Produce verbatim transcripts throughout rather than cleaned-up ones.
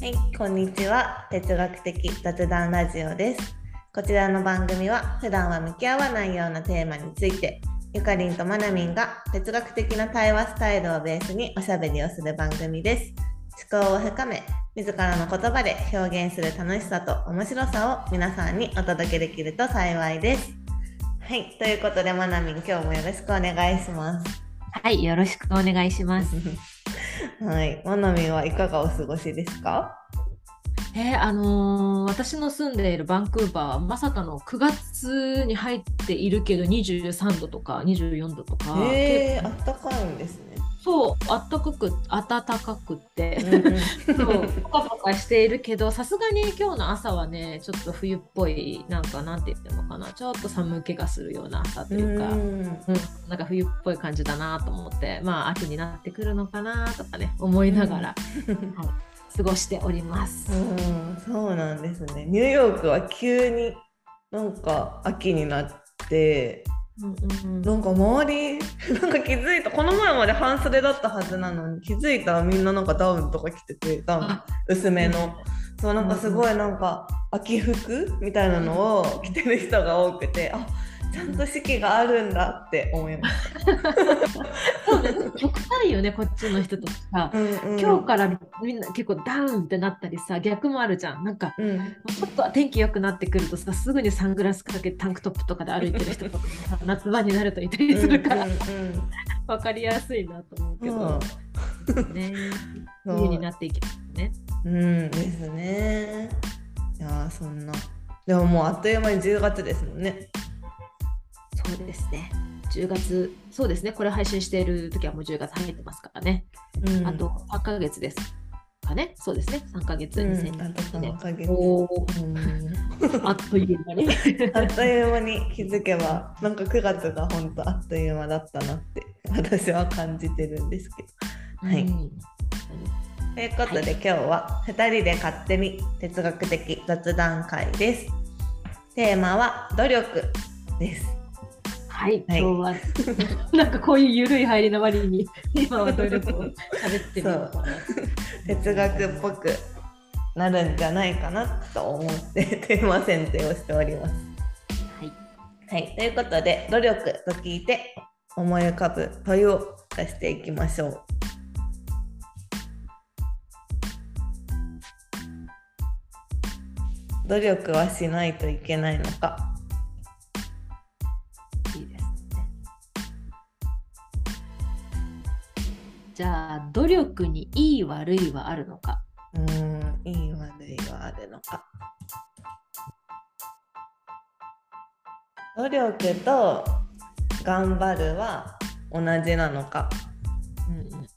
はい、こんにちは。哲学的雑談ラジオです。こちらの番組は普段は向き合わないようなテーマについて、ゆかりんとまなみんが哲学的な対話スタイルをベースにおしゃべりをする番組です。思考を深め、自らの言葉で表現する楽しさと面白さを皆さんにお届けできると幸いです。はい、ということでまなみん、今日もよろしくお願いします。 はい、よろしくお願いします。 はい、まなみんはいかがお過ごしですか？ えーあのー私の住んでいるバンクーバーはまさかのくがつに入っているけどにじゅうさんどとかにじゅうよんどとか結構へえ、あったかいんですね。 そうあったかく暖かくってうんうん。 そうポカポカしているけどさすがに今日の朝はねちょっと冬っぽいなんかなんて言ってるのかなちょっと寒気がするような朝うというか、 ん。 うん、なんか冬っぽい感じだなと思ってまあ秋になってくるのかなとかね思いながら、はい、過ごしておりまうす。 ん、そうなんですね。ニューヨークは急になんか秋になって、 うんうんうんなんか周り、なんか気づいた、この前まで半袖だったはずなのに、気づいたらみんななんかダウンとか着てて、ダウンあ、 薄めうんの。そう、なんかすうんうんごいなんか秋服みたいなのを着てる人が多くて、あ、ちゃんと四季があるんだって思いました。 そうね、極端よね、こっちの人とさ、 うんうん。 今日からみんな結構ダウンってなったりさ、逆もあるじゃん。なんか、 うん。 ちょっと天気良くなってくるとさ、すぐにサングラスかけてタンクトップとかで歩いてる人とかさ、夏場になるといたりうんうんするから、わかりやすいなと思ううん。 けど、ね、冬にそう。 なっていきますね。 うんですね。いやーそんな。でももうあっという間にじゅうがつですもんね。 そうですね。じゅうがつ、そうですね。これ配信している時はもうじゅうがつ入ってますからね。 うん。 あとさんかげつですかね。そうですね。さんかげつ、 うん。あとにせんにじゅうにねん。 さんかげつ。 おー、 うん。 あっという間に。 あっという間に気づけば、なんかくがつが本当あっという間だったなって私は感じてるんですけど。はい。 うん。 というこはい。 とで今日はふたりで勝手に哲学的雑談会です。テーマは努力です。 はい。 はい。 今日は、なんかこういう緩い入りの割に、今は努力を喋ってみようそう。 かな。 哲学っぽくなるんじゃないかなと思ってテーマ選定をしております。 はい。 はい、ということで努力と聞いて思い浮かぶ問いを出していきましょう。努力はしないといけないのか。 いいですね。じゃあ、努力にいい悪いはあるのか。 うーん、いい悪いはあるのか。努力と頑張るは同じなのか。 うんうんうん。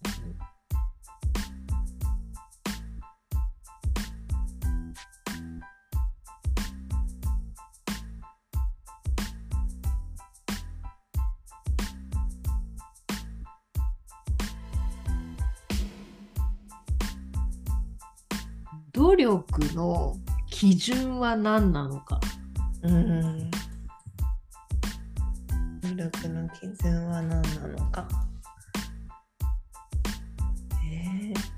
努力の基準は何なのか。 うーん、努力の基準は何なのか。えー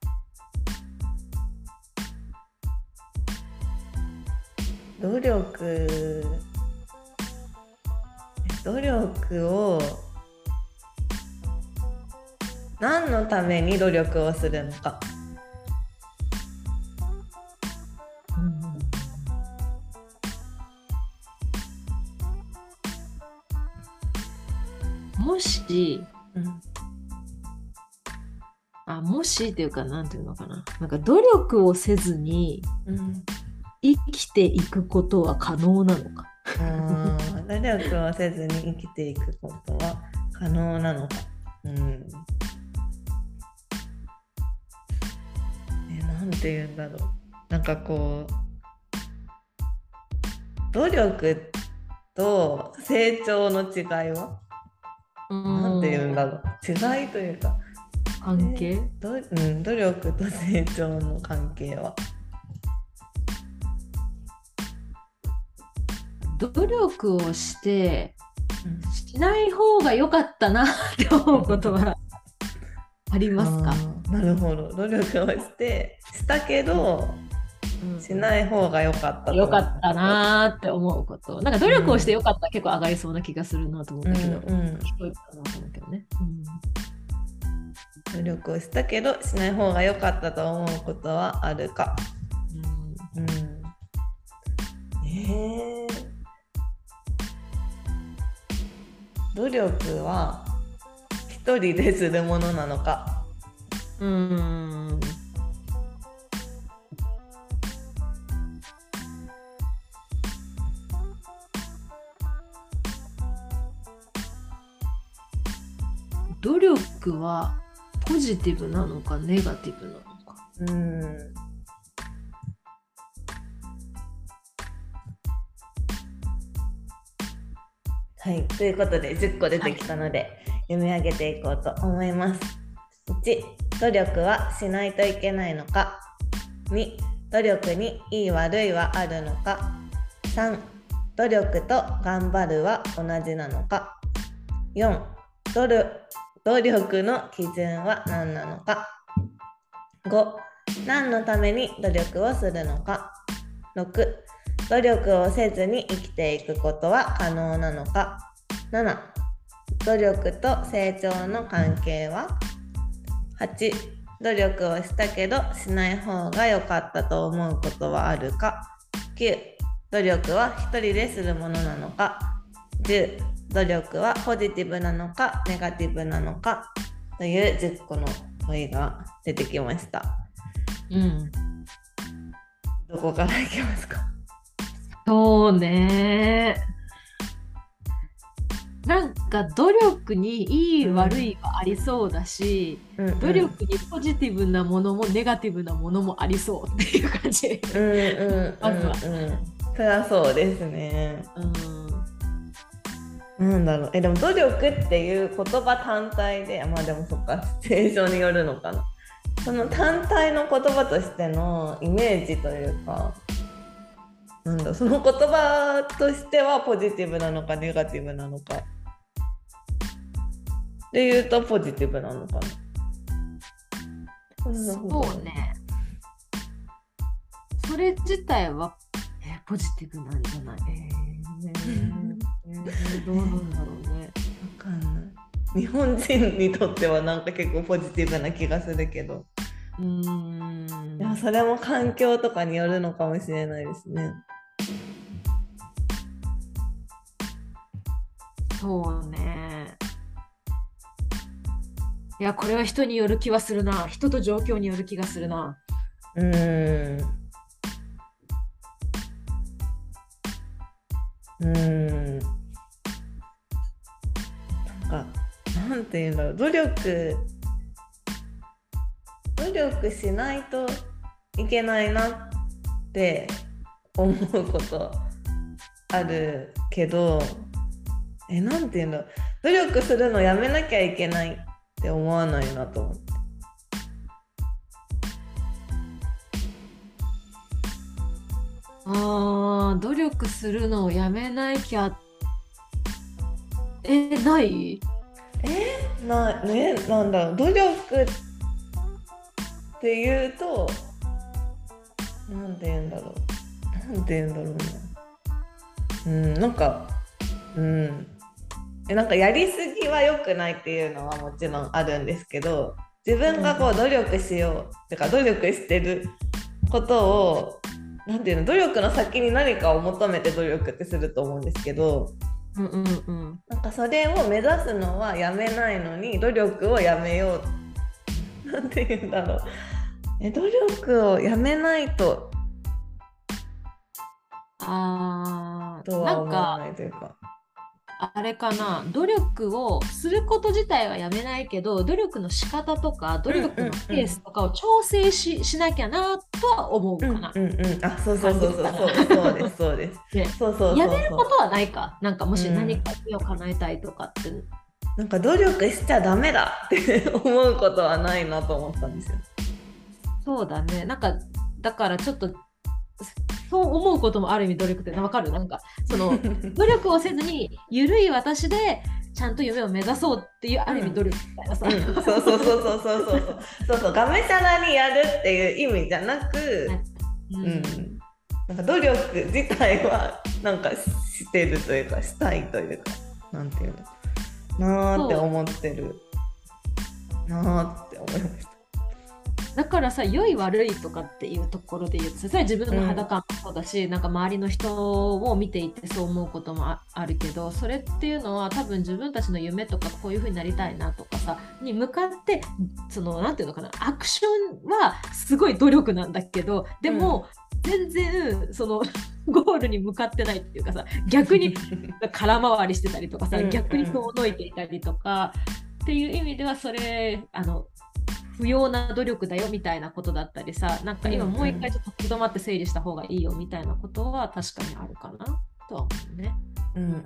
努力、努力を何のために努力をするのか。 もし、 うん、 あ、もしっていうか、なんていうのかな。なんか努力をせずにうん、 生きていくことは可能なのか。 あー努力をせずに生きていくことは可能なのか。うん、え、なんて言うんだろう。なんかこう、努力と成長の違いはうなんてーん、 言うんだろう。違いというか、え関係ーどうん、努力と成長の関係は。 努力をしてうん、 しない方が良かったなって思うことはありますか？ あ、なるほど。努力をしてしたけど、うん、しない方が良かったとよかったなーって思うこと。なんか努力をしてよかったら結構上がりそうな気がするなと思うんだけど、 うんうん、 低いかなと思うけどね。 うん、努力をしたけどしない方が良かったと思うことはあるか。うんうん、えー、努力は一人でするものなのか。 うーん。努力はポジティブなのかネガティブなのか。 うん。はい、ということでじゅっこ出てきたので、はい、読み上げていこうと思います。いち、努力はしないといけないのか。に、努力にいい悪いはあるのか。さん、努力と頑張るは同じなのか。よん、努力努力の基準は何なのか。ご、何のために努力をするのか。ろく、努力をせずに生きていくことは可能なのか。なな、努力と成長の関係は。はち、努力をしたけどしない方が良かったと思うことはあるか。きゅう、努力は一人でするものなのか。じゅう、努力はポジティブなのかネガティブなのかというじゅっこの問いが出てきました。 うん。 どこからいきますか？ そうね。なんか努力にいい悪いはありそうだし、うんうん、努力にポジティブなものもネガティブなものもありそうっていう感じ。 うんうんうんうん、まずは。そりゃそうですね。うん、なんだろう。え、でも努力っていう言葉単体で、まあでもそっか、シチュエーションによるのかな。その単体の言葉としてのイメージというか、なんだ、その言葉としてはポジティブなのかネガティブなのかで言うとポジティブなのかな。 そうね。それ自体は、えー、ポジティブなんじゃない、えーえー、どうなんだろうね。 わかんない。日本人にとってはなんか結構ポジティブな気がするけど、うーん、いや、それも環境とかによるのかもしれないですね。 そうね。いや、これは人による気はするな。人と状況による気がするな。 うーん。うーん。なんか、なんていうんだろう。努力、努力しないといけないなって思うことあるけど、え、なんていうんだろう。努力するのやめなきゃいけないって思わないなと思って。 あー、努力するのをやめなきゃ。え、ないえな、ね、なんだろう。努力っていうと、なんて言うんだろう。なんて言うんだろうな。うん、なんか、うん。え、なんかやりすぎは良くないっていうのはもちろんあるんですけど、自分がこう努力しようってか努力してることを、なんていうの、努力の先に何かを求めて努力ってすると思うんですけど、 うんうんうん、 なんかそれを目指すのはやめないのに努力をやめよう、なんていうんだろう。え、努力をやめないとあとは思わないというか。 あれかな、努力をすること自体はやめないけど、努力の仕方とか努力のペースとかを調整 し, しなきゃなとは思うかな。 うんうんうん、あ、そうそうそうそうそうそうですそうです。 ね、 そうそうそうそう。 やめることはないか。なんかもし何かを叶えたいとかって、うん、 なんか努力しちゃダメだって思うことはないなと思ったんですよ。 そうだね。なんかだからちょっとそう思うこともある意味努力って分かる。なんかその努力をせずに緩い私でちゃんと夢を目指そうっていうある意味努力みたいなさ、 うん、そうそうそうそうそうそうそうそうそう、がむしゃらにやるっていう意味じゃなく、うん、うん、なんか努力自体はなんかしてるというかしたいというか、なんていうのなーって思ってるなーって思いました。 だからさ、良い悪いとかっていうところで言うとさ、それは自分の肌感もそうだし、うん、なんか周りの人を見ていてそう思うことも あ, あるけど、それっていうのは多分自分たちの夢とかこういう風になりたいなとかさに向かって、そのなんていうのかな、アクションはすごい努力なんだけど、でも、うん、全然そのゴールに向かってないっていうかさ、逆に空回りしてたりとかさ、逆に遠のいていたりとかっていう意味では、それあの不要な努力だよみたいなことだったりさ、なんか今もう一回ちょっと立ち止まって整理した方がいいよみたいなことは確かにあるかなとは思うね。うんうんうん。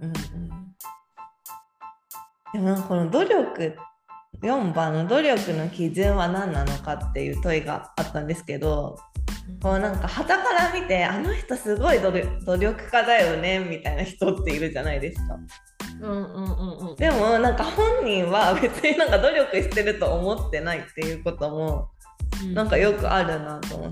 でもなんかこの努力、よんばんの努力の基準は何なのかっていう問いがあったんですけど、こうなんか傍から見てあの人すごい努力、努力家だよねみたいな人っているじゃないですか。 うんうんうんうん、 でもなんか本人は別になんか努力してると思ってないっていうこともなんかよくあるなと思って、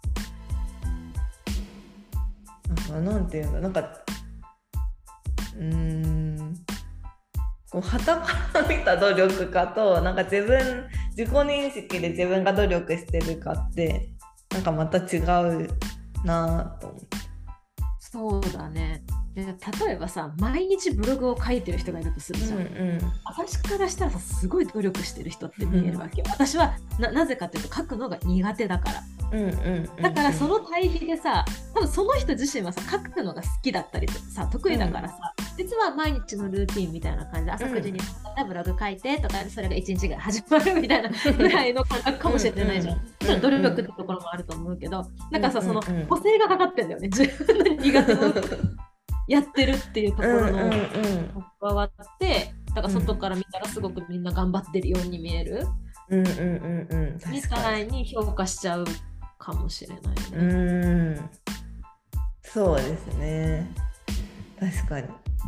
なんかなんていうの、なんかうーんこう傍から見た努力家となんか自分自己認識で自分が努力してるかってなんかまた違うなと思って。 そうだね。で例えばさ、毎日ブログを書いてる人がいるとするじゃん、うんうん、私からしたらさ、すごい努力してる人って見えるわけよ、うん、私は な, なぜかというと書くのが苦手だから、うんうんうんうん、だからその対比でさ、多分その人自身はさ、書くのが好きだったりさ、得意だからさ、うん、実は毎日のルーティンみたいな感じで朝くじにブログ書いてとか、それがいちにちが始まるみたいなぐらいの感覚かもしれないじゃん、うんうん、努力ってところもあると思うけど、なんかさ、その個性がかかってんだよね、自分の苦手のやってるっていうところの加わって、だから外から見たらすごくみんな頑張ってるように見える、うんうんうんうん、みたいに評価しちゃうかもしれないね。 うん、そうですね、確かに確か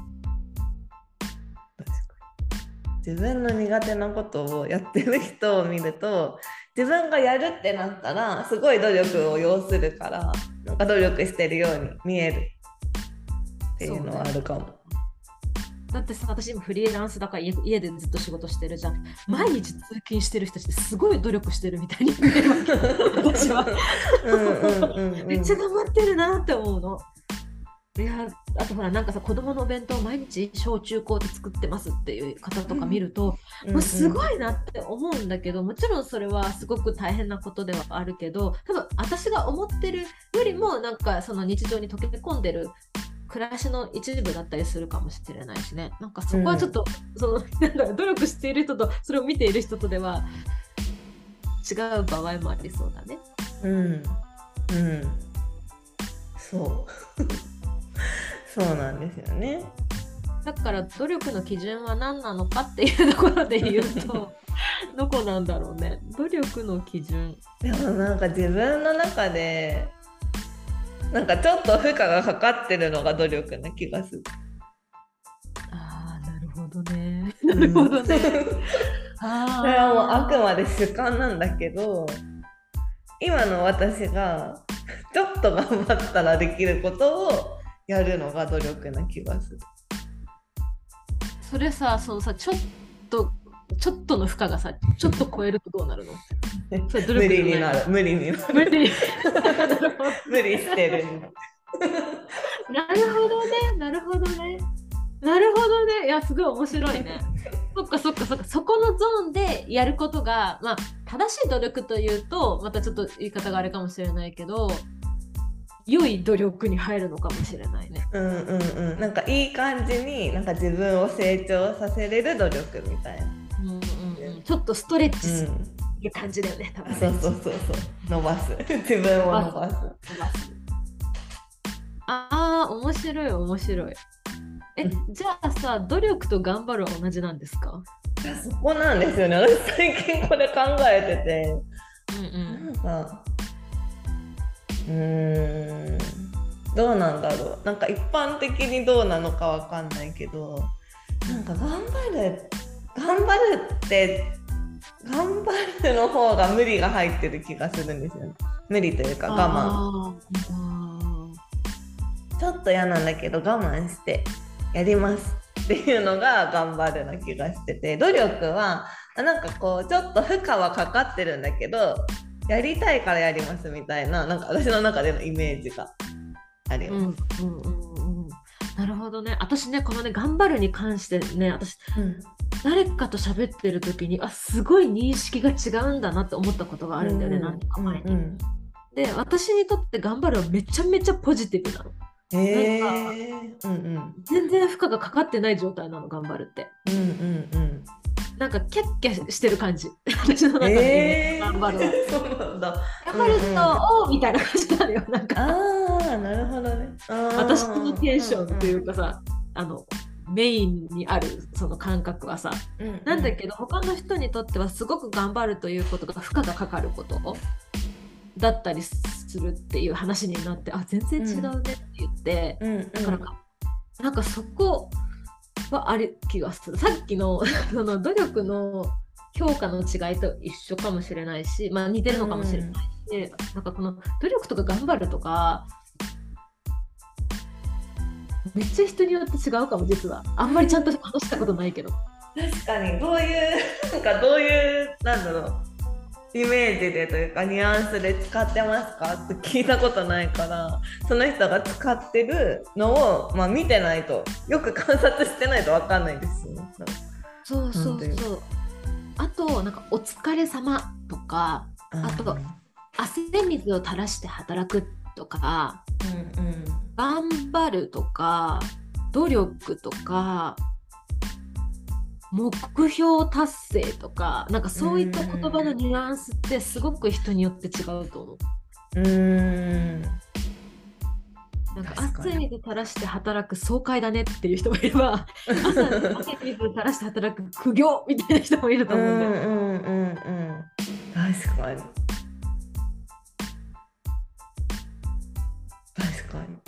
に自分の苦手なことをやってる人を見ると、自分がやるってなったらすごい努力を要するから、なんか努力してるように見えるっていうのはあるかも。 だってさ、私今フリーランスだから家, 家でずっと仕事してるじゃん。毎日通勤してる人ってすごい努力してるみたいに見えるわけ私はめっちゃ頑張ってるなって思うの。いや、あとほら、なんかさ、子供のお弁当毎日小中高で作ってますっていう方とか見ると、うん、もうすごいなって思うんだけど、もちろんそれはすごく大変なことではあるけど、多分私が思ってるよりもなんかその日常に溶け込んでる暮らしの一部だったりするかもしれないしね。なんかそこはちょっと、うん、そのなんだろう、努力している人とそれを見ている人とでは違う場合もありそうだね。 うんうん、そうそうなんですよね。 だから努力の基準は何なのかっていうところで言うとどこなんだろうね、努力の基準。 でもなんか自分の中でなんかちょっと負荷がかかってるのが努力な気がする。 ああ、なるほどね。なるほどね。 あ、それはもうあくまで主観なんだけど、今の私がちょっと頑張ったらできることをやるのが努力な気がする。 それさ、そのさ、ちょっとちょっとの負荷がさ、ちょっと超えるとどうなるの？ それ努力無理になる。無理になる。無理無理してる。 なるほどね、なるほどね。なるほどね。いや、すごい面白いね。そっかそっかそっか。そこのゾーンでやることが、まあ、正しい努力というと、またちょっと言い方があれかもしれないけど、良い努力に入るのかもしれないね。 うんうんうん。なんかいい感じに、なんか自分を成長させれる努力みたいな。 うんうんうん。ちょっとストレッチする感じだよね。 多分ね。そうそうそうそう。伸ばす。自分を伸ばす。伸ばす。 ああ、面白い面白い。え、じゃあさ、努力と頑張るは同じなんですか？ そこなんですよね。私最近これ考えてて、 うんうん、 なんかうーんどうなんだろう。なんか一般的にどうなのかわかんないけど、 なんか頑張る頑張るって頑張るの方が無理が入ってる気がするんですよね。無理というか我慢。ちょっと嫌なんだけど我慢してやりますっていうのが頑張るな気がしてて、努力はなんかこうちょっと負荷はかかってるんだけどやりたいからやりますみたいな、なんか私の中でのイメージがあります。うんうんうんうん、なるほどね。私ねこのね頑張るに関してね、私、うん、誰かと喋ってる時にあすごい認識が違うんだなって思ったことがあるんだよね、うん、何年か前に、うんうん、で私にとって頑張るはめちゃめちゃポジティブなの。 へー、うんうん、 全然負荷がかかってない状態なの頑張るって、うんうんうん、なんかキャッキャしてる感じ私の中で、頑張るはそうなんだ、頑張ると、うんうん、おーみたいな感じなのよ。なんかあーなるほどね、 私のテンションっていうかさ、うんうん、あのメインにあるその感覚はさ、うんうん、なんだけど他の人にとってはすごく頑張るということが負荷がかかることだったりするっていう話になって、あ全然違うねって言って、うん、だからなんかそこはある気がする。さっきのその努力の評価の違いと一緒かもしれないし、まあ似てるのかもしれないし、うん、なんかこの努力とか頑張るとかめっちゃ人によって違うかも。実はあんまりちゃんと話したことないけど、 確かにどういうなんかどういうなんだろうイメージでというかニュアンスで使ってますかって聞いたことないから、その人が使ってるのを、まあ、見てないとよく観察してないと分かんないですよね。 そうそうそう。あとなんかお疲れ様とか、あと汗水を垂らして働くとか、うんうん、頑張るとか努力とか目標達成とか、なんかそういった言葉のニュアンスってすごく人によって違うと思う。うーん、なんか汗水垂らして働く爽快だねっていう人もいれば汗水垂らして働く苦行みたいな人もいると思うんだよね。うんうんうんうん、 確かに確かに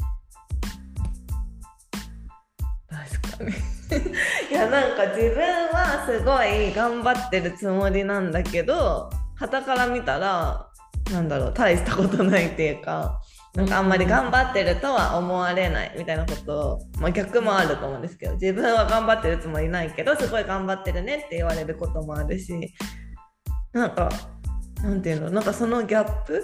確かにいやなんか自分はすごい頑張ってるつもりなんだけど、傍から見たらなんだろう大したことないっていうか、なんかあんまり頑張ってるとは思われないみたいなことを、まあ、逆もあると思うんですけど、自分は頑張ってるつもりないけどすごい頑張ってるねって言われることもあるし、なんかなんていうの、なんかそのギャップ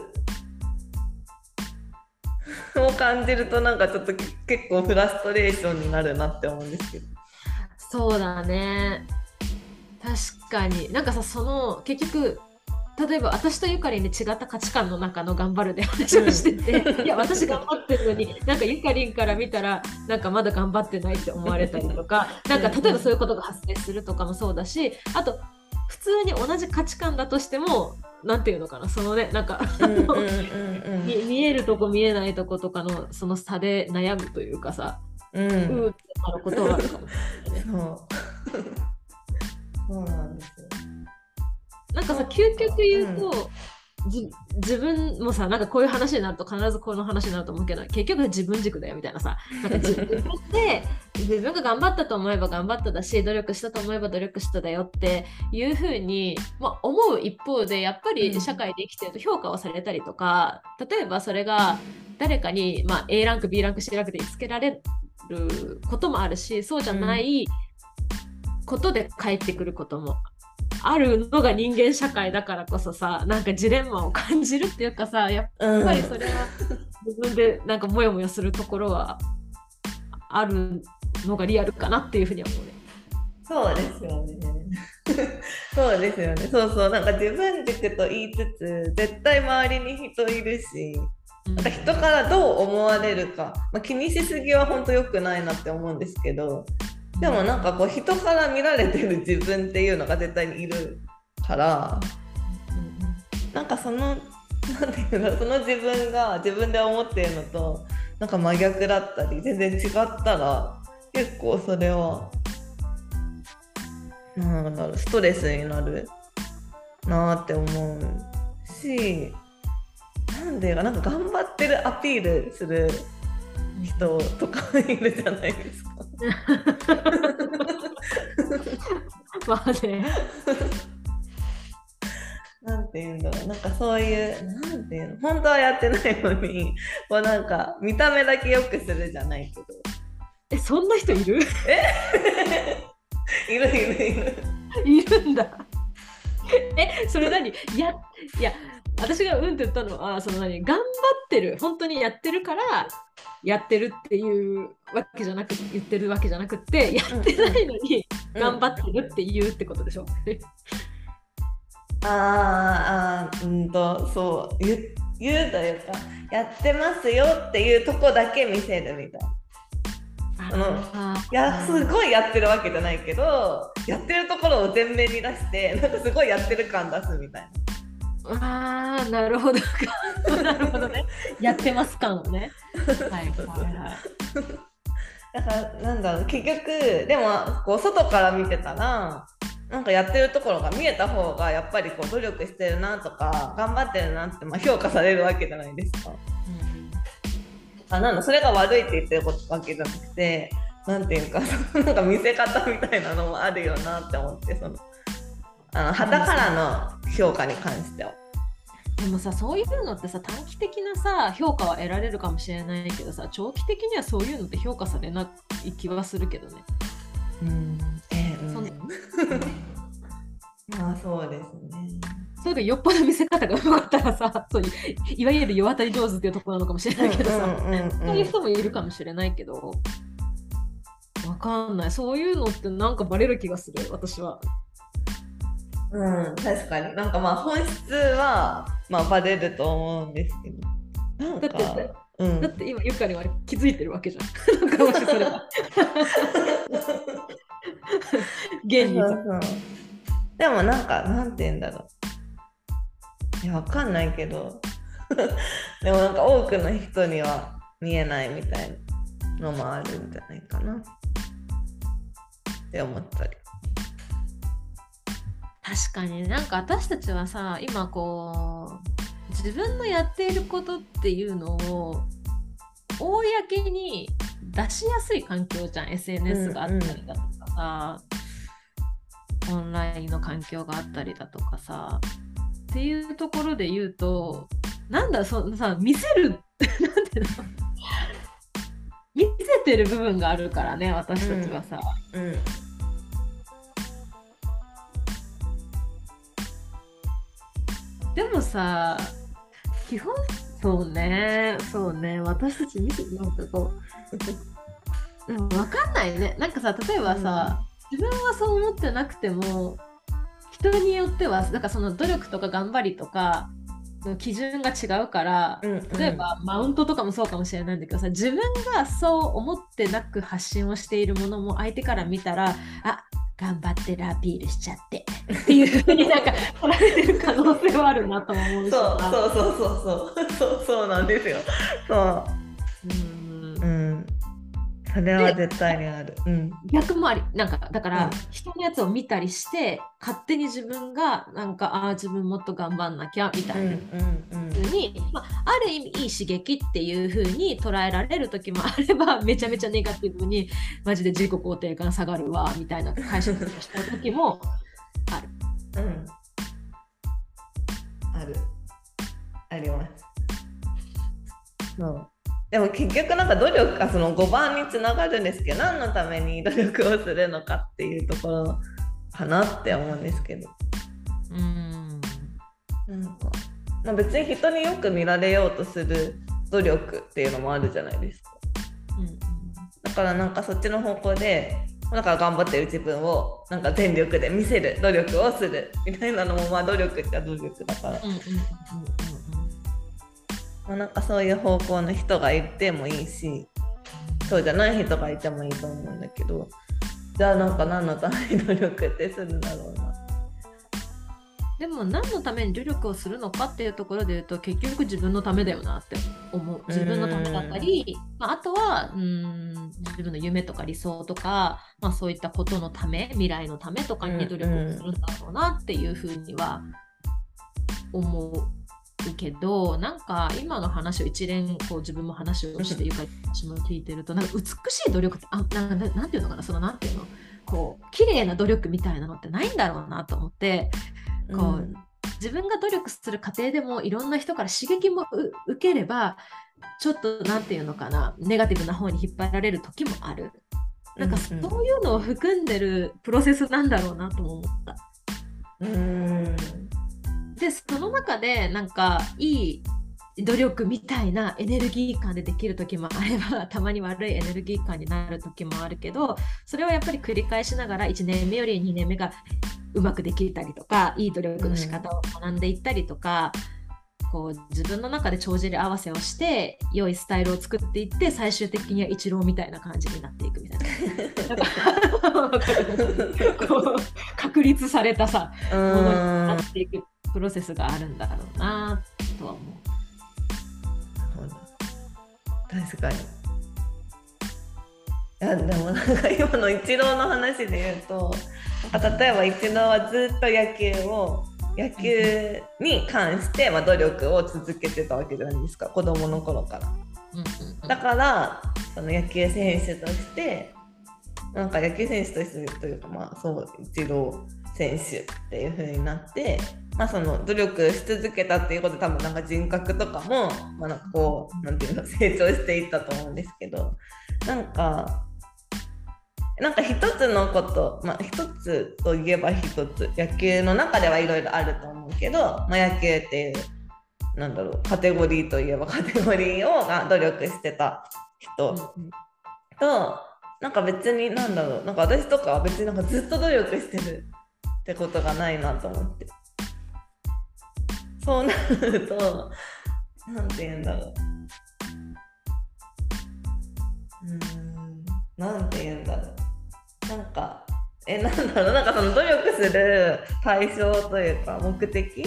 を感じるとなんかちょっと結構フラストレーションになるなって思うんですけど。 そうだね、確かに。なんかさ、その結局例えば私とゆかりんで違った価値観の中の頑張るで話をしてて、うん、いや私頑張ってるのになんかゆかりんから見たらなんかまだ頑張ってないって思われたりとかなんか例えばそういうことが発生するとかもそうだし、あと普通に同じ価値観だとしてもなんていうのかな、そのねなんか見えるとこ見えないとことかのその差で悩むというかさ、うん、うーってなることはあるかもしれないね。そうそうなんですよ。なんかさ、究極言うと、うん、じ自分もさ、なんかこういう話になると必ずこの話になると思うけど、結局自分軸だよみたいなさ、なんか自分で自分が頑張ったと思えば頑張っただし、努力したと思えば努力しただよっていう風に、まあ、思う一方で、やっぱり社会で生きてると評価をされたりとか、例えばそれが誰かに、まあ、A ランク B ランク C ランクでつけられることもあるし、そうじゃないことで返ってくることもあるのが人間社会だからこそさ、なんかジレンマを感じるっていうかさ、やっぱりそれは自分でなんかモヤモヤするところはあるのがリアルかなっていうふうには思うね。 そうですよねそうですよね。そうそう、なんか自分軸と言いつつ絶対周りに人いるし、なんか人からどう思われるか、まあ、気にしすぎは本当良くないなって思うんですけど、でもなんかこう人から見られてる自分っていうのが絶対にいるから、なんかそのなんていうの、その自分が自分で思っているのとなんか真逆だったり全然違ったら結構それはなんだろうストレスになるなって思うし、なんでなんか頑張ってるアピールする人とかいるじゃないですかまあね。 なんていうんだろう、なんかそういう、なんていうの、本当はやってないのに、こうなんか見た目だけ良くするじゃないけど。 え、そんな人いる？ えいるいるいる。 いるんだ。え、それ何？いや、いや、私がうんって言ったのは、その何、頑張ってる、本当にやってるから、やってるっていうわけじゃなくて、言ってるわけじゃなくて、やってないのに頑張ってるって言うってことでしょ。うんうん、 あーあー、うんと、そう、言う、言うというか、やってますよっていうとこだけ見せるみたいな。あのいやすごいやってるわけじゃないけど、やってるところを前面に出してなんかすごいやってる感出すみたいな。あー、なるほどなるほどね。やってます感をね。はいはいはい。 だからなんだろう、結局でもこう外から見てたらなんかやってるところが見えた方がやっぱりこう努力してるなとか頑張ってるなってまあ評価されるわけじゃないですか。あ、なんだそれが悪いって言ってるわけじゃなくて、なんていうかなんか見せ方みたいなのもあるよなって思って、そのあの旗からの評価に関しては。 でもさ、そういうのってさ、短期的なさ評価は得られるかもしれないけどさ、長期的にはそういうのって評価されない気はするけどね。 うん、えー、うん、まあそうですね。 それがよっぽど見せ方がうまかったらさ、そういういわゆる世渡り上手っていうところなのかもしれないけどさ、うんうんうんうん、そういう人もいるかもしれないけど、わかんない。そういうのってなんかバレる気がする、私は。 うん、確かに。なんかまあ本質は、まあ、バレると思うんですけど。なんかだって、うん、だって今ゆかりは気づいてるわけじゃん。なんかもしそれは。現に。 でもなんか、なんて言うんだろう。いや、わかんないけど。でもなんか多くの人には見えないみたいなのもあるんじゃないかなって思ったり。 確かになんか私たちはさ、今こう自分のやっていることっていうのを公に出しやすい環境じゃん。 エスエヌエス があったりだとかさ、うんうん、オンラインの環境があったりだとかさっていうところで言うと、なんだそのさ、見せるなんていうの見せてる部分があるからね、私たちはさ、うんうん、でもさ、基本そうね、そうね、私たち見てなんかこう、うん、分かんないね。なんかさ、例えばさ、うん、自分はそう思ってなくても、人によっては、なんかその努力とか頑張りとかの基準が違うから、うんうん、例えばマウントとかもそうかもしれないんだけどさ、自分がそう思ってなく発信をしているものも相手から見たら、あ、頑張ってるアピールしちゃってっていう風になんか取られてる可能性はあるなと思うし、 そうそうそうそうそうそうそうなんですよ。そう、うんうん、それは絶対にある、うん、逆もあり、なんかだから、うん、人のやつを見たりして勝手に自分がなんかああ自分もっと頑張んなきゃみたいな風に、うんうんうん、まあ、ある意味いい刺激っていう風に捉えられる時もあれば、めちゃめちゃネガティブにマジで自己肯定感下がるわみたいな解釈をした時もある、うん、 あるあります。そうでも結局なんか努力がそのごばんにつながるんですけど、何のために努力をするのかっていうところかなって思うんですけど、うーんなんか、まあ、別に人によく見られようとする努力っていうのもあるじゃないですか、うん、だからなんかそっちの方向でなんか頑張ってる自分をなんか全力で見せる努力をするみたいなのもまあ努力っちゃ努力だから、うんうんうんうん、まあ、なんかそういう方向の人がいてもいいし、そうじゃない人がいてもいいと思うんだけど、じゃあなんか何のために努力ってするんだろうな。 でも何のために努力をするのかっていうところで言うと、結局自分のためだよなって思う。自分のためだったり、まあ、あとはうーん自分の夢とか理想とか、まあ、そういったことのため、未来のためとかに努力をするんだろうなっていうふうには思うけど、なんか今の話を一連こう自分も話をしてゆかり私も聞いてると、なんか美しい努力ってあな な, なんていうのかな、そのなんていうのこう綺麗な努力みたいなのってないんだろうなと思って、こう、うん、自分が努力する過程でもいろんな人から刺激も受ければちょっとなんていうのかな、ネガティブな方に引っ張られる時もある。なんかそういうのを含んでるプロセスなんだろうなとも思った。 うーんでその中でなんかいい努力みたいなエネルギー感でできる時もあれば、たまに悪いエネルギー感になる時もあるけど、それはやっぱり繰り返しながらいちねんめよりにねんめがうまくできたりとか、いい努力の仕方を学んでいったりとか、うん、こう自分の中で帳尻合わせをして良いスタイルを作っていって、最終的にはイチローみたいな感じになっていくみたいなこう確立されたさものになっていくプロセスがあるんだろうなとは思う。 確かに。いやでもなんか今のイチローの話で言うと、例えばイチローはずっと野球を野球に関してまあ努力を続けてたわけじゃないですか、子供の頃から。だからその野球選手としてなんか野球選手としてというか、まあそうイチロー選手っていう風になって、まあ、その努力し続けたっていうことで多分なんか人格とかも、まあ、なんかこうなんていうの成長していったと思うんですけど、なんかなんか一つのこと、まあ一つといえば一つ、野球の中ではいろいろあると思うけど、まあ、野球っていうなんだろうカテゴリーといえばカテゴリーをが努力してた人と、なんか別になんだろうなんか私とかは別になんかずっと努力してるってことがないなと思って。そうなると、なんて言うんだろう。うーん、なんて言うんだろう。なんか、え、なんだろう、なんかその努力する対象というか、目的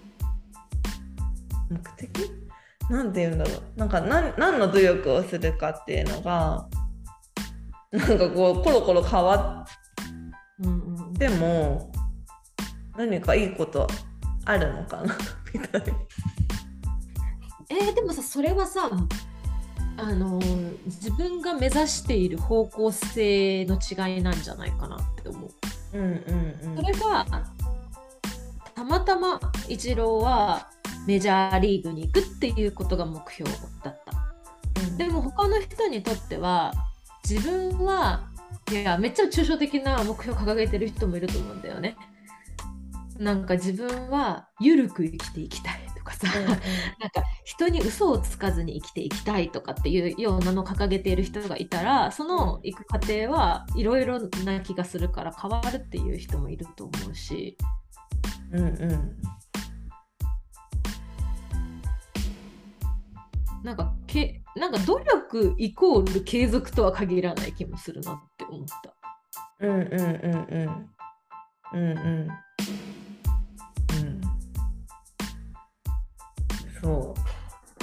目的なんて言うんだろう。なんか何、何の努力をするかっていうのが、なんかこう、コロコロ変わっても、何かいいことあるのかなみたいな。 えー、でもさ、それはさ、あのー、自分が目指している方向性の違いなんじゃないかなって思う。 うんうんうん、 それがたまたまイチローはメジャーリーグに行くっていうことが目標だった、うん、でも他の人にとっては自分はいやめっちゃ抽象的な目標を掲げてる人もいると思うんだよね。なんか自分は緩く生きていきたいとかさ、うんうん、なんか人に嘘をつかずに生きていきたいとかっていうようなのを掲げている人がいたら、その行く過程はいろいろな気がするから変わるっていう人もいると思うし、 うんうん、 なんかけなんか努力イコール継続とは限らない気もするなって思った。 うんうんうんうんうんうんそう、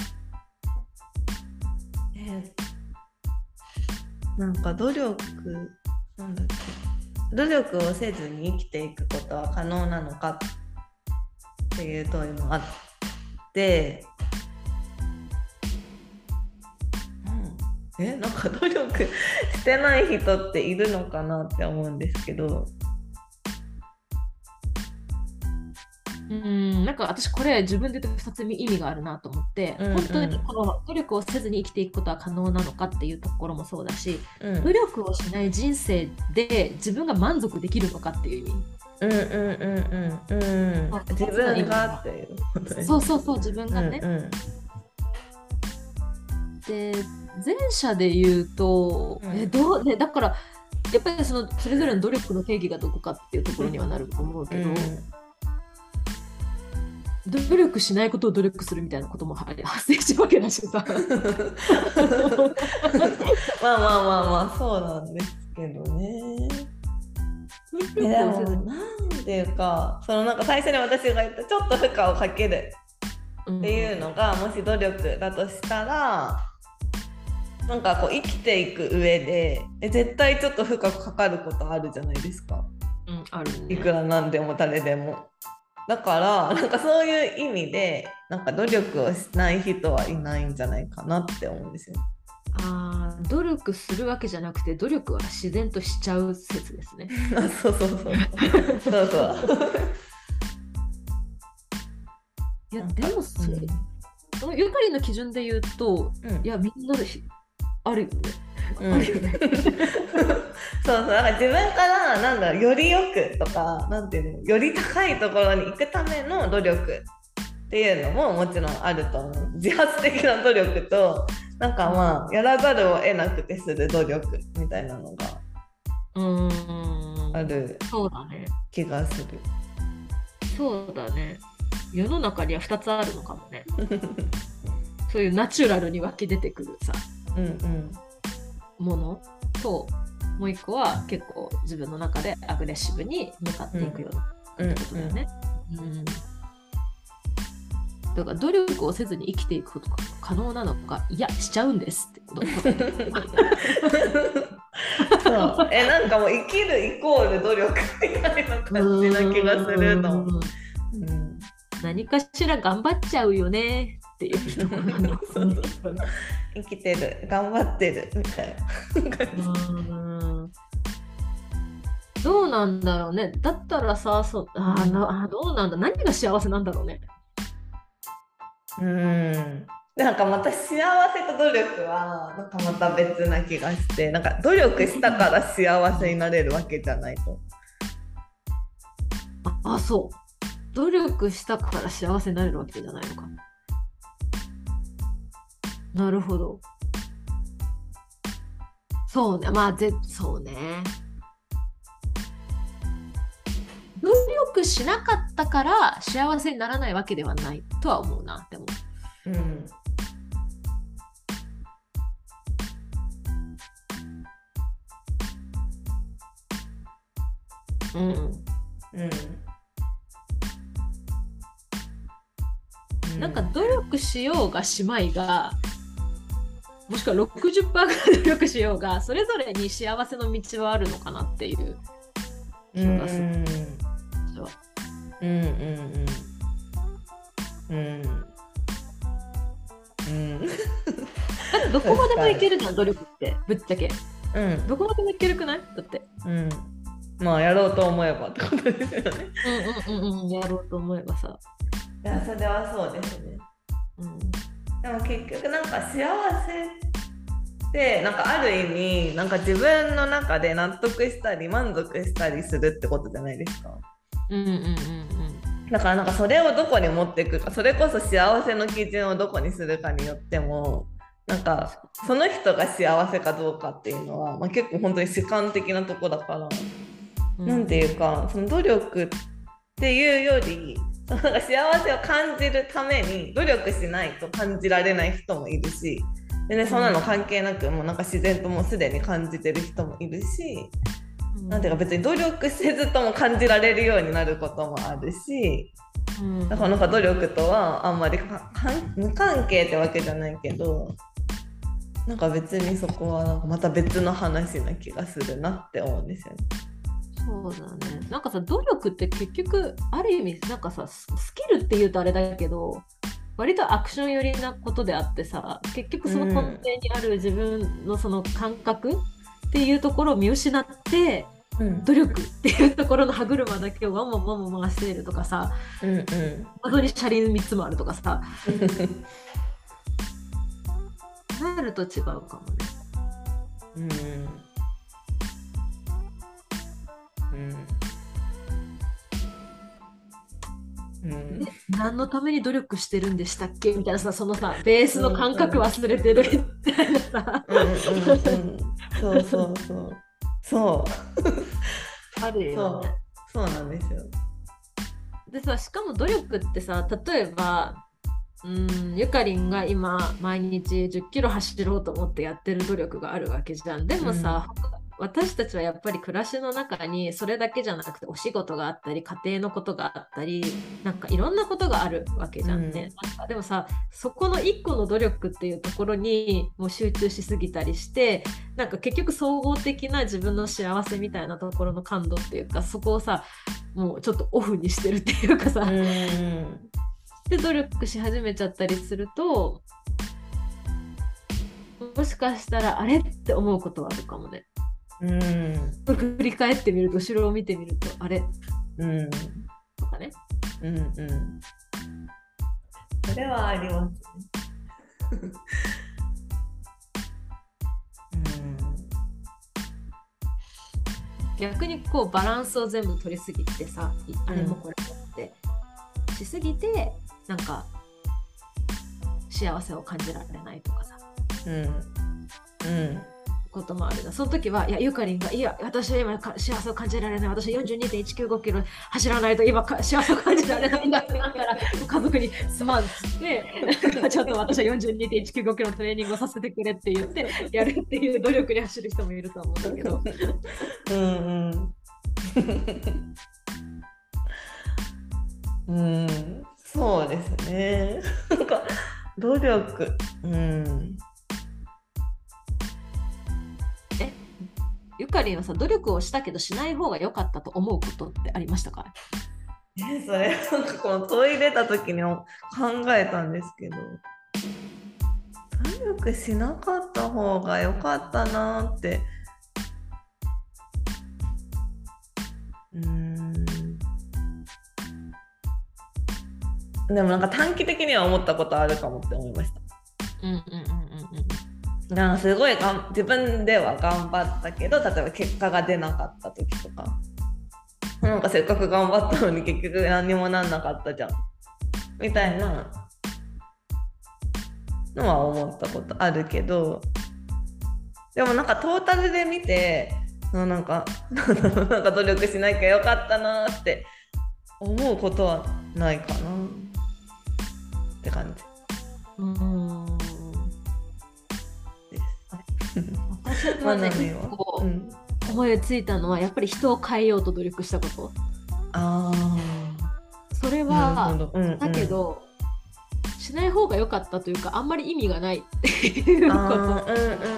えー、なんか努力なんだっけ努力をせずに生きていくことは可能なのかっていう問いもあって、うん、えなんか努力してない人っているのかなって思うんですけど、 うん、なんか私これ自分で言ってふたつ意味があるなと思って、うんうん、本当にこの努力をせずに生きていくことは可能なのかっていうところもそうだし、うん、努力をしない人生で自分が満足できるのかっていう意味。 うんうんうんうんうん、自分がっていう、 そうそうそう自分がね、うんうん、で前者で言うと、うん、えどうねだからやっぱりそのそれぞれの努力の定義がどこかっていうところにはなると思うけど、うん努力しないことを努力するみたいなことも発生してるわけだしさまあまあまあまあそうなんですけどね。でもなんていうかそのなんか最初に私が言ったちょっと負荷をかけるっていうのが、うん、もし努力だとしたらなんかこう生きていく上で絶対ちょっと負荷かかることあるじゃないですか、 うん、あるね、 いくらなんでも誰でも。だからなんかそういう意味でなんか努力をしない人はいないんじゃないかなって思うんですよ。 あ努力するわけじゃなくて努力は自然としちゃう説ですね。 あ、そうそうそう。そうそう。 いやでもそれ、うん、そのゆかりの基準で言うと、うん、いやみんなであるよね。うん、あるよね。 そうそう、なんか自分からなんだろう、よりよくとか、なんていうの、より高いところに行くための努力っていうのももちろんあると思う。自発的な努力と、なんかまあやらざるを得なくてする努力みたいなのがある気がする。 そうだね。世の中にはふたつあるのかもね。そういうナチュラルに湧き出てくるさ、うんうん、ものと、もう一個は結構自分の中でアグレッシブに向かっていくようなことだよね。うんうんうん、だから努力をせずに生きていくことが可能なのか、いやしちゃうんですってことそうえなんかもう生きるイコール努力みたいな感じな気がするの。うん、 何かしら頑張っちゃうよねっていう人生きてる頑張ってるみたいな。 うんどうなんだろうね。だったらさ、そああどうなんだ、何が幸せなんだろうね。 うんなんかまた幸せと努力はなんかまた別な気がして、なんか努力したから幸せになれるわけじゃないと。 ああそう努力したから幸せになれるわけじゃないのか。なるほど。そうね、まあぜそうね。努力しなかったから幸せにならないわけではないとは思うな。でも、うん、うん、うん、なんか努力しようがしまいが、もしくは ろくじゅっパーセント ぐらい努力しようが、それぞれに幸せの道はあるのかなっていう気がする。うんうんうんうんうんだってどこまでもいけるじゃん努力ってぶっちゃけ、うん、どこまでもいけるくない？だって、うん、 まあやろうと思えばってことですよね。 うんうんうんうんやろうと思えばさ、 いやそれはそうですね、うん、でも結局なんか幸せってなんかある意味なんか自分の中で納得したり満足したりするってことじゃないですか。うんうんうんうん、だからなんかそれをどこに持っていくか、それこそ幸せの基準をどこにするかによってもなんかその人が幸せかどうかっていうのは、まあ、結構本当に主観的なとこだから、うん、なんていうかその努力っていうよりなんか幸せを感じるために努力しないと感じられない人もいるし、で、ね、そんなの関係なくもうなんか自然ともうすでに感じてる人もいるし、なんていうか別に努力せずとも感じられるようになることもあるし、うん、だからなんか努力とはあんまりか無関係ってわけじゃないけど、なんか別にそこはなんかまた別の話な気がするなって思うんですよね。 そうだね。なんかさ努力って結局ある意味なんかさスキルっていうとあれだけど割とアクション寄りなことであってさ、結局その根底にある自分のその感覚、うんっていうところを見失って、うん、努力っていうところの歯車だけをワンワンワンワン回しているとかさ、うんうん、謎に車輪みっつもあるとかさなると違うかもね。うんうんうん、何のために努力してるんでしたっけみたいなさ、そのさベースの感覚忘れてるみたいなさ、うんうんうん、 そうそうそうそうあるよね。 そう、そうなんですよ。 でさ、しかも努力ってさ、例えばうんゆかりんが今毎日じゅっキロ走ろうと思ってやってる努力があるわけじゃん。でもさ、うん、私たちはやっぱり暮らしの中にそれだけじゃなくてお仕事があったり家庭のことがあったりなんかいろんなことがあるわけじゃんね、うん、なんかでもさそこの一個の努力っていうところにもう集中しすぎたりしてなんか結局総合的な自分の幸せみたいなところの感動っていうかそこをさもうちょっとオフにしてるっていうかさ、うん、で努力し始めちゃったりするともしかしたらあれってって思うことはあるかもね。 うん。 振り返ってみると、後ろを見てみると、あれ、 うん、 とかね。 うんうん。それはありますね。 逆にこうバランスを全部取りすぎてさ、あれもこれもってしすぎて、なんか幸せを感じられないとかさ、 うんうん、 こともあるな。その時はいやゆかりんがいや私は今幸せを感じられない、私 よんじゅうにてんいちきゅうご キロ走らないと今幸せを感じられないんだってなったら家族にすまんっつってちょっと私は よんじゅうにてんいちきゅうご キロのトレーニングをさせてくれって言ってやるっていう努力に走る人もいると思うんだけどうんうんうんそうですねなんか努力うんゆかりんはさ、努力をしたけどしない方が良かったと思うことってありましたか？ えそれなんかこの問い出た時に考えたんですけど、努力しなかった方が良かったなって。うーんでもなんか短期的には思ったことあるかもって思いました。 うんうんうんうんうん。 なんかすごいがん自分では頑張ったけど、例えば結果が出なかった時とか、なんかせっかく頑張ったのに結局何にもなんなかったじゃんみたいなのは思ったことあるけど、でもなんかトータルで見てなんかなんか努力しなきゃよかったなって思うことはないかなって感じ。 うーん私はね、結構思いついたのはやっぱり人を変えようと努力したこと。あそれは、うんうん、だけどしない方が良かったというか、あんまり意味がないっていうこと。うんうんうんうん。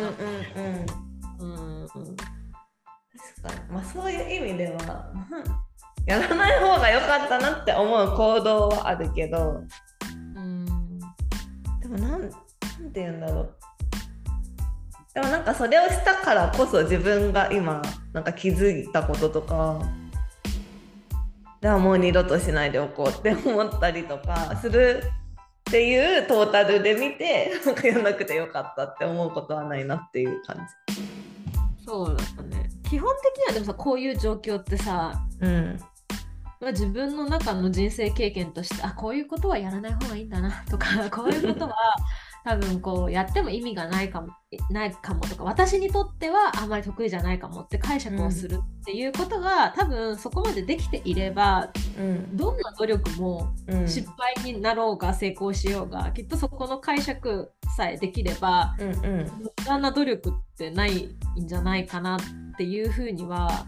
うんうん、確かに、まあ、そういう意味ではやらない方が良かったなって思う行動はあるけど、うん、でもなん、なんて言うんだろう。でもなんかそれをしたからこそ自分が今なんか気づいたこととか、じゃあもう二度としないでおこうって思ったりとかするっていうトータルで見て、なんかやらなくてよかったって思うことはないなっていう感じ。 そうだね。基本的にはでもさ、こういう状況ってさ、うんまあ、自分の中の人生経験として、あこういうことはやらない方がいいんだなとかこういうことは多分こうやっても意味がないかもないかもとか、私にとってはあんまり得意じゃないかもって解釈をするっていうことが、うん、多分そこまでできていれば、うん、どんな努力も失敗になろうが成功しようが、うん、きっとそこの解釈さえできれば、うんうん、無駄な努力ってないんじゃないかなっていうふうには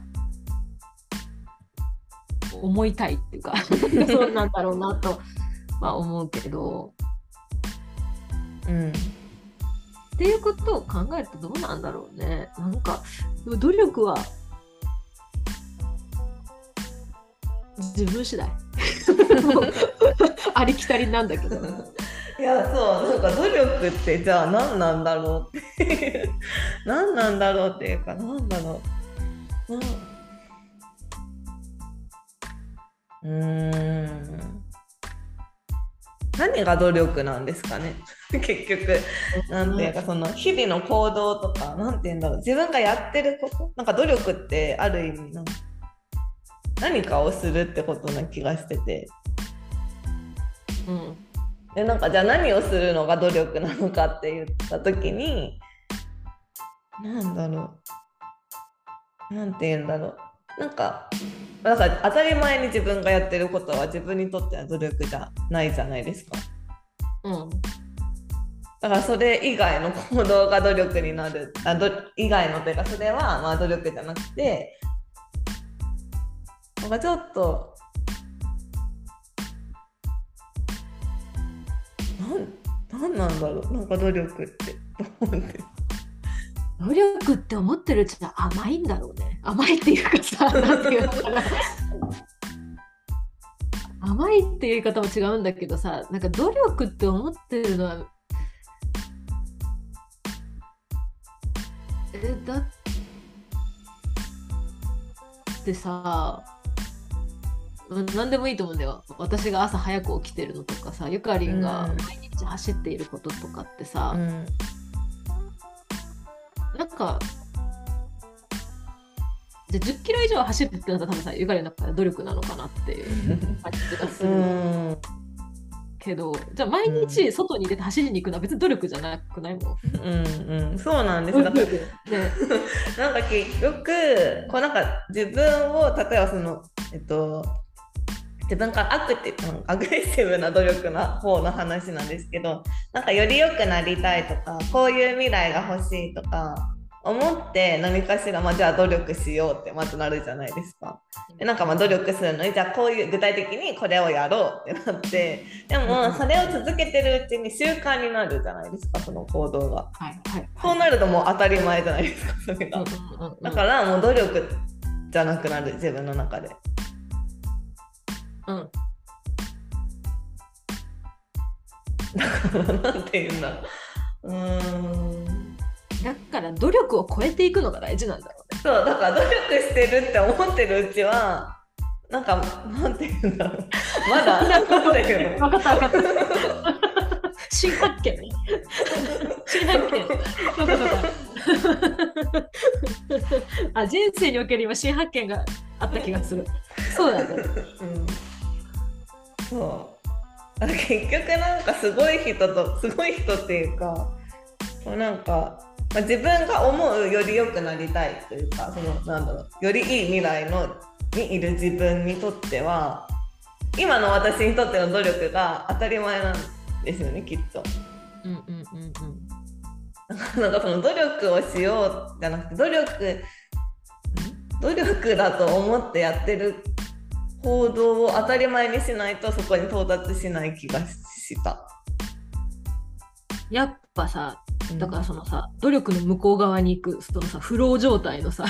思いたいっていうかそうなんだろうなとは思うけど、うん、っていうことを考えるとどうなんだろうね。なんか努力は自分次第ありきたりなんだけどいやそうなんか努力ってじゃあ何なんだろうって何なんだろうっていうか何だろう、うーん何が努力なんですかね結局なんていうかその日々の行動とかなんていうんだろう、自分がやってることなんか努力ってある意味の何かをするってことな気がしてて、うん、でなんかじゃあ何をするのが努力なのかって言った時になんだろうなんていうんだろうなんかだから当たり前に自分がやってることは自分にとっては努力じゃないじゃないですか。うん。だからそれ以外の行動が努力になる。あど以外のというかそれはまあ努力じゃなくて、なんかちょっとなんなんなんだろうなんか努力って思って。 努力って思ってるうちは甘いんだろうね。甘いっていうかさ、なんていうのかな甘いっていう言い方も違うんだけどさ、なんか努力って思ってるのはえだってさ、何でもいいと思うんだよ。私が朝早く起きてるのとかさ、ゆかりんが毎日走っていることとかってさ、うん、なんかじゃあじゅっキロ以上走るってなったら多分さ、ゆかりんの中で努力なのかなっていう感じがするうんけど、じゃあ毎日外に出て走りに行くのは別に努力じゃなくないもん。 うんうん、そうなんです。だから、ね、なんか結局こうなんか自分を例えばそのえっと自分からアクティブ、アグレッシブな努力な方の話なんですけど、なんかより良くなりたいとか、こういう未来が欲しいとか思って何かしら、まあ、じゃあ努力しようってまずなるじゃないですか。でなんかまあ努力するのに、じゃあこういう具体的にこれをやろうってなって、でもそれを続けてるうちに習慣になるじゃないですか、その行動が。はいはいはい、そうなるともう当たり前じゃないですか、それが。だからもう努力じゃなくなる、自分の中で。うん。だからなんて言うんだろう。うーん。 だから努力を超えていくのが大事なんだろうね。 そう、だから努力してるって思ってるうちは、なんかなんて言うんだろう。まだなんか分かった分かった。新発見。新発見。そうかそうか。あ、人生における今新発見があった気がする。そうだね。うん。 そう結局なんかすごい人とすごい人っていうかなんか、まあ、自分が思うより良くなりたいというかそのなんだろうよりいい未来のにいる自分にとっては今の私にとっての努力が当たり前なんですよねきっと。うんうんうんうん。なんかその努力をしようじゃなくて努力努力だと思ってやってる行動を当たり前にしないとそこに到達しない気がした。 やっぱさ、だからそのさ、うん、努力の向こう側に行くそのさフロー状態のさ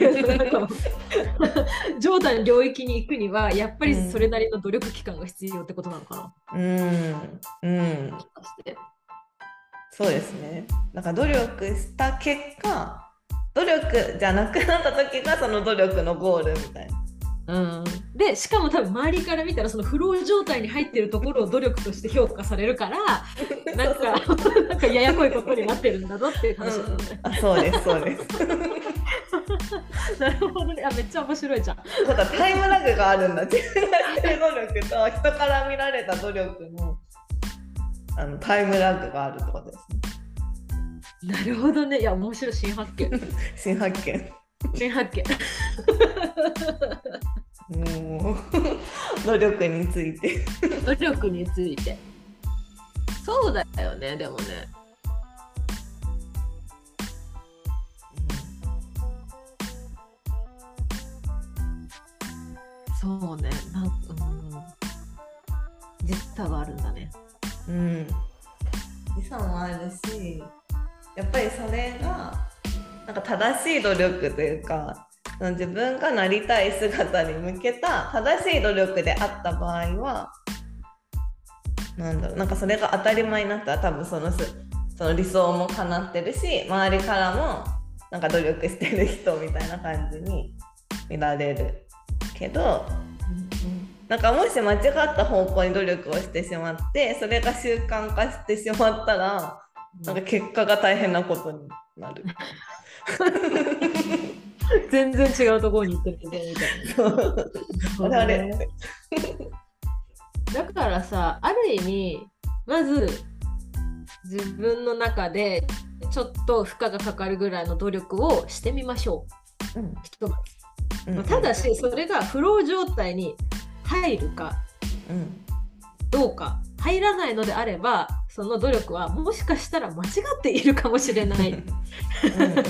状態の領域に行くにはやっぱりそれなりの努力期間が必要ってことなのかな。うんうん。 そうですね。なんか努力した結果、努力じゃなくなった時がその努力のゴールみたいな。 うん、でしかも多分周りから見たらそのフロー状態に入ってるところを努力として評価されるからなんかなんかややこいことになってるんだぞっていう話だね、 うん、あそうですそうですなるほどね。あめっちゃ面白いじゃん。 ただタイムラグがあるんだ。自分がしてる努力と人から見られた努力の、あのタイムラグがあるってことですね。なるほどね。いや面白い。新発見新発見新発見もう努力について努力についてそうだよね。でもね、うん、そうねなんか、うん、時差があるんだね。 うん時差もあるしやっぱりそれがなんか正しい努力というか自分がなりたい姿に向けた正しい努力であった場合はなんだろうなんかそれが当たり前になったら多分その、その理想も叶ってるし周りからもなんか努力してる人みたいな感じに見られるけど、うんうん、なんかもし間違った方向に努力をしてしまってそれが習慣化してしまったらなんか結果が大変なことになる全然違うところに行ってるみたいな。あれあれだからさ、ある意味まず自分の中でちょっと負荷がかかるぐらいの努力をしてみましょう、うん、ひとまず、うんうん、ただしそれがフロー状態に入るか、うん、どうか入らないのであればその努力はもしかしたら間違っているかもしれないうんうんうん、うん、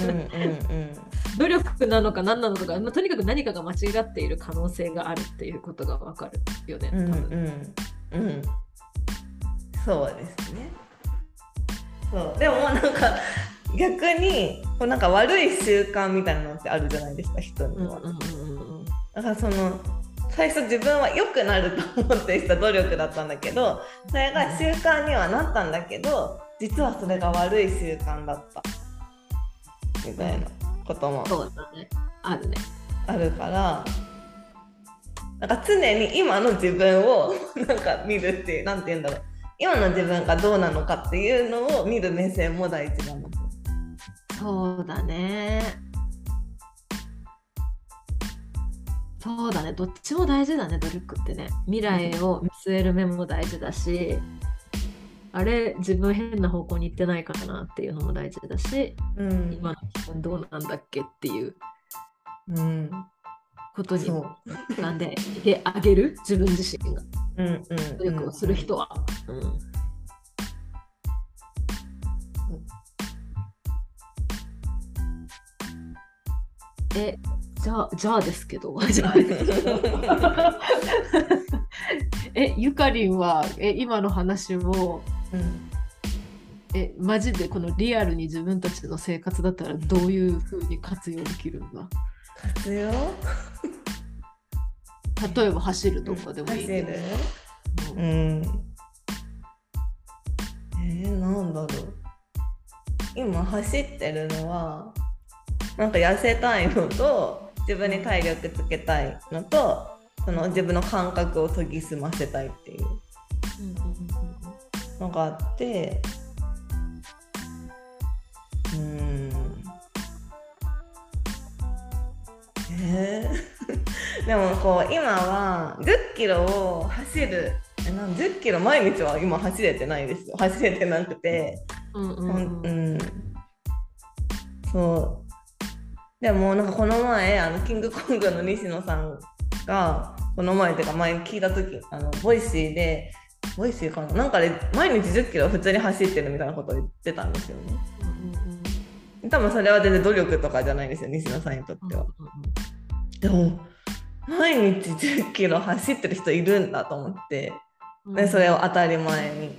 努力なのか何なのか、まあ、とにかく何かが間違っている可能性があるっていうことが分かるよね、多分。うんうんうん、 そうですね。そうでもなんか逆にこうなんか悪い習慣みたいなのってあるじゃないですか人には、うんうんうんうん、だからその最初自分は良くなると思ってした努力だったんだけどそれが習慣にはなったんだけど実はそれが悪い習慣だったみたいなこともそうだね、あるね。 あるから、なんか常に今の自分をなんか見るっていう、なんて言うんだろう、今の自分がどうなのかっていうのを見る目線も大事だなと。 そうだね。そうだね、どっちも大事だね、努力ってね。未来を見据える目も大事だし、あれ、自分変な方向に行ってないかなっていうのも大事だし、 うん、 今の自分どうなんだっけっていうことになんでいてあげる、自分自身が。 うんうんうん、 努力をする人は。うん、え、じゃあ、じゃあですけど、じゃあですけどえ、ゆかりんはえ今の話を、うん、え、マジでこのリアルに自分たちの生活だったらどういうふうに活用できるんだ？ 活用？ 例えば走るとかでもいいけど。 走る？うん。うん、えー、なんだろう。今走ってるのはなんか痩せたいのと自分に体力つけたいのと、その自分の感覚を研ぎ澄ませたいっていうのがあって、うーんえー、でもこう今はじゅっキロを走る、えなんじゅっキロ毎日は今走れてないですよ。走れてなくて、うんうんうん、そうでもなんかこの前あのキングコングの西野さんがこの前っていうか前聞いた時、あのボイシーでボイシーかななんかで毎日じゅっキロ普通に走ってるみたいなことを言ってたんですよね。うんうん、多分それは全然努力とかじゃないんですよ、西野さんにとっては。でも毎日じゅっキロ走ってる人いるんだと思って、でそれを当たり前に、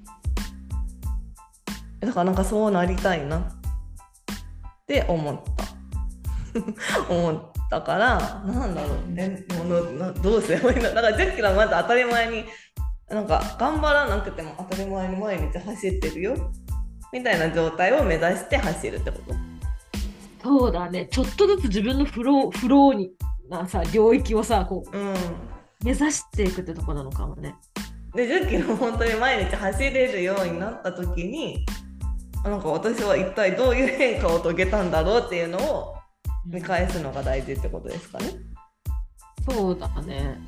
だからなんかそうなりたいなって思った思ったから、なんだろうね、もうどうすればいいの。だからじゅっキロはまず当たり前に、なんか頑張らなくても当たり前に毎日走ってるよみたいな状態を目指して走るってこと。 そうだね、ちょっとずつ自分のフローフローになさ領域をさこう、うん、目指していくってとこなのかもね。 でじゅっキロ本当に毎日走れるようになった時に、なんか私は一体どういう変化を遂げたんだろうっていうのを見返すのが大事ってことですかね。 そうだね。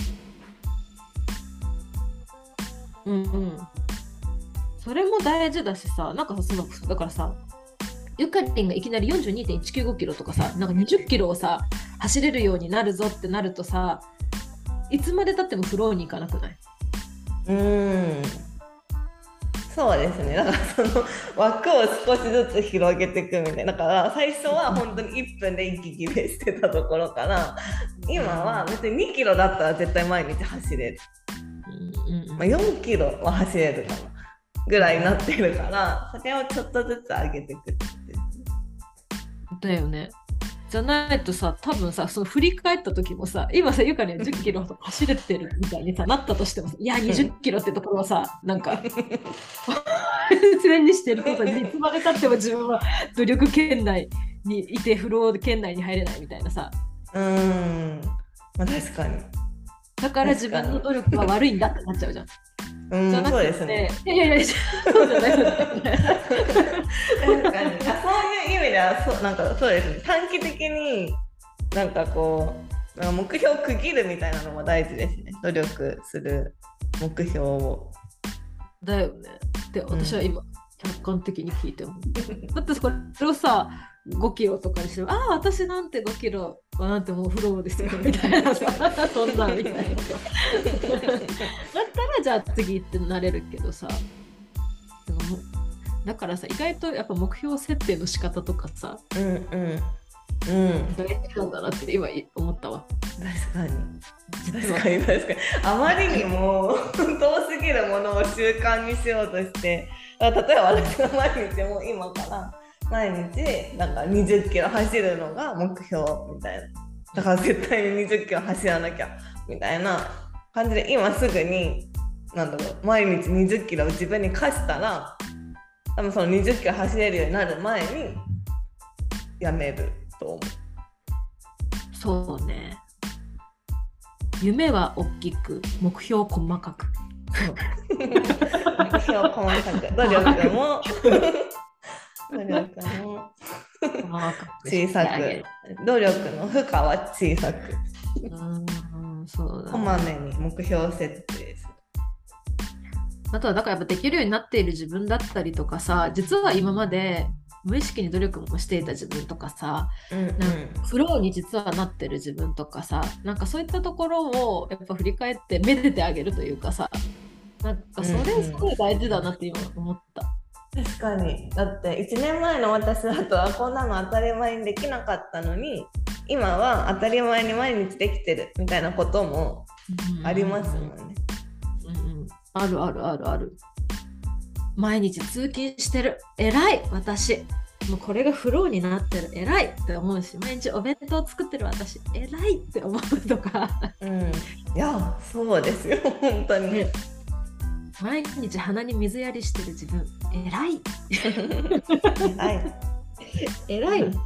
うんうん。それも大事だしさ、なんかそのだからさ、ゆかりんがいきなり よんじゅうにてんいちきゅうご キロとかさ、なんかにじゅっキロをさ走れるようになるぞってなるとさ、いつまでたってもフローに行かなくない？ うーん、そうですね。だからその枠を少しずつ広げていくみたいな。だから最初は本当にいっぷんで息切れしてたところから今は別ににキロだったら絶対毎日走れる、まあ、よんキロは走れるかなぐらいになってるから、それをちょっとずつ上げていくってことですね。 だよね。じゃないとさ、多分さ、その振り返った時もさ、今さ、ゆかりはじゅっキロ走れてるみたいにさなったとしてもさ、いやにじゅっキロってところはさ、なんか常にしてることにいつまでたっても自分は努力圏内にいてフロー圏内に入れないみたいなさ。 うーん、まあ、確かに。 だから自分の努力は悪いんだってなっちゃうじゃん。 うん、そうですね。 いやいやいや、そうじゃないよね。 確かに。そういう意味ではそう、なんかそうですね。短期的になんかこうなんか目標を区切るみたいなのも大事ですね。努力する目標を。 だよね。で、私は今、うん、客観的に聞いても。だってこれをさ、ごキロとかにしても、ああ、私なんてごキロはなんてもうフローですよみたいなさ、そんなみたいな。だったらじゃあ次ってなれるけどさ。でもだからさ、意外とやっぱ目標設定の仕方とかさ、 うんうんうん大事なんだなって今思ったわ。 確かに確かに確かに。あまりにも遠すぎるものを習慣にしようとして、例えば私が毎日もう今から毎日なんかにじゅっキロ走るのが目標みたいな。だから絶対ににじゅっキロ走らなきゃみたいな感じで、今すぐになんだろう、毎日にじゅっキロを自分に課したら、多分そのにじゅっキロ走れるようになる前にやめると思う。 そうね。夢は大きく、目標細かく。 目標細かく、努力も努力も小さく、努力の負荷は小さく、 うんそうだね、 こまめに目標設定する。 あとはだからやっぱできるようになっている自分だったりとかさ、実は今まで無意識に努力もしていた自分とかさ、うんうん、なんかフローに実はなってる自分とかさ、なんかそういったところをやっぱ振り返ってめでてあげるというかさ、なんかそれすごい大事だなって今思った。 うんうん、確かに。だっていちねんまえの私だとこんなの当たり前にできなかったのに、今は当たり前に毎日できてるみたいなこともありますもんね。 うんうんうん、あるあるあるある。毎日通勤してる、偉い私、もうこれがフローになってる、偉いって思うし、毎日お弁当作ってる私、偉いって思うとか、 うん、いやそうですよ本当に、ね、 毎日鼻に水やりしてる自分、偉い偉い偉い、うん、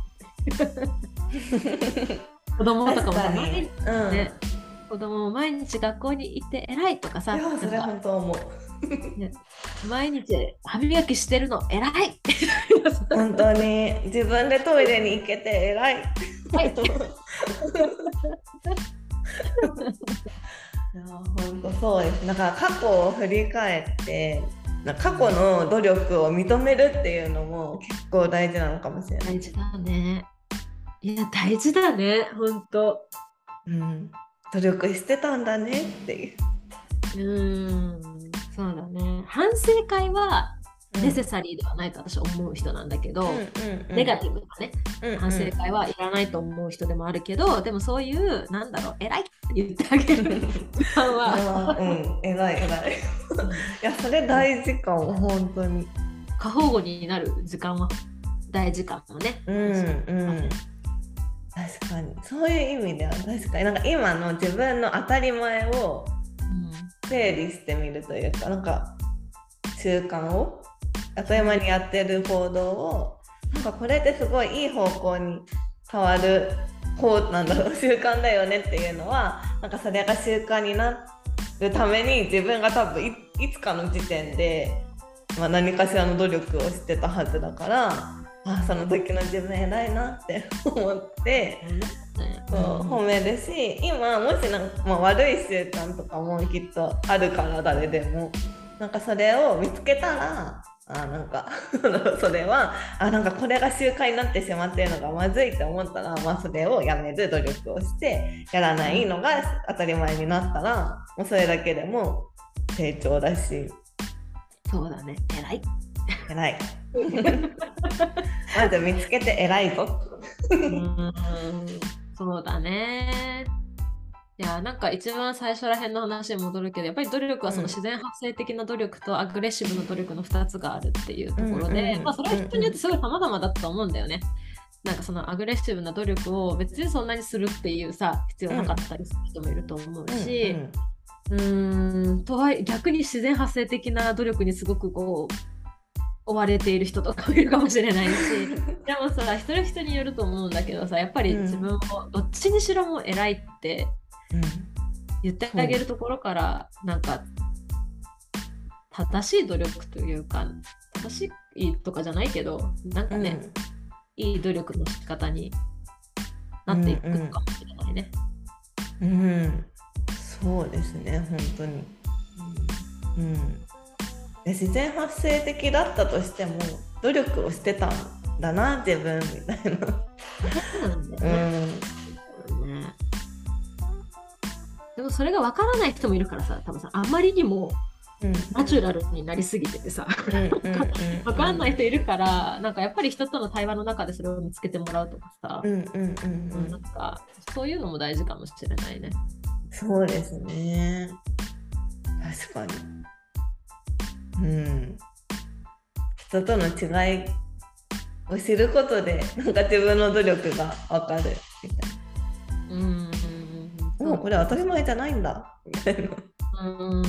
子供とかもさ、毎日、うんね、子供も毎日学校に行って偉いとかさ、 いやそれ本当思うね、毎日歯磨きしてるの偉い本当に自分でトイレに行けて偉い、はい、いや本当そうです。だから過去を振り返って過去の努力を認めるっていうのも結構大事なのかもしれない。 大事だね。いや大事だね本当、 うん、努力してたんだねっていう。 うーんそうだね。反省会はネセサリーではないと私は思う人なんだけど、うんうんうん、ネガティブなね、うんうん、反省会はいらないと思う人でもあるけど、でもそういうなんだろう偉いって言ってあげる時間はうん偉い偉いいやそれ大事かも本当に。 過保護になる時間は大事かもね。 うんうん確かにそういう意味では確かになんか今の自分の当たり前を整理してみるというか、なんか習慣を当たり前にやってる行動をなんかこれってすごいいい方向に変わる方なんだろう習慣だよねっていうのはなんかそれが習慣になるために自分が多分 い, いつかの時点で、まあ、何かしらの努力をしてたはずだからあその時の自分偉いなって思ってそう褒めるし、今もしなんか、まあ、悪い習慣とかもきっとあるから誰でもなんかそれを見つけたらあなんかそれはあなんかこれが習慣になってしまっているのがまずいと思ったら、まあ、それをやめる努力をしてやらないのが当たり前になったらもうそれだけでも成長だし。 そうだね偉い偉いまず見つけて偉いぞうーんそうだね。いやなんか一番最初らへんの話に戻るけどやっぱり努力はその自然発生的な努力とアグレッシブな努力のふたつがあるっていうところで、うんうんまあ、それは人によってすごい様々だと思うんだよね。なんかそのアグレッシブな努力を別にそんなにするっていうさ必要なかったりする人もいると思うし、うんうん、うーんとは逆に自然発生的な努力にすごくこう追われている人とかもいるかもしれないしでもさ一人一人によると思うんだけどさやっぱり自分をどっちにしろも偉いって言ってあげるところから、うん、なんか正しい努力というか正しいとかじゃないけどなんかね、うん、いい努力の仕方になっていくかもしれないね。 うん、うんうん、そうですね本当に、うんうん自然発生的だったとしても努力をしてたんだな自分みたいなうんね、 でもそれが分からない人もいるからさ多分さあまりにもナチュラルになりすぎててさ分かんない人いるからなんかやっぱり人との対話の中でそれを見つけてもらうとかさ、うんうんうんうん、なんかそういうのも大事かもしれないね。 そうですね確かにうん、人との違いを知ることでなんか自分の努力が分かるみたいな。うん、うん、もうこれ当たり前じゃないんだみたいな。 うん、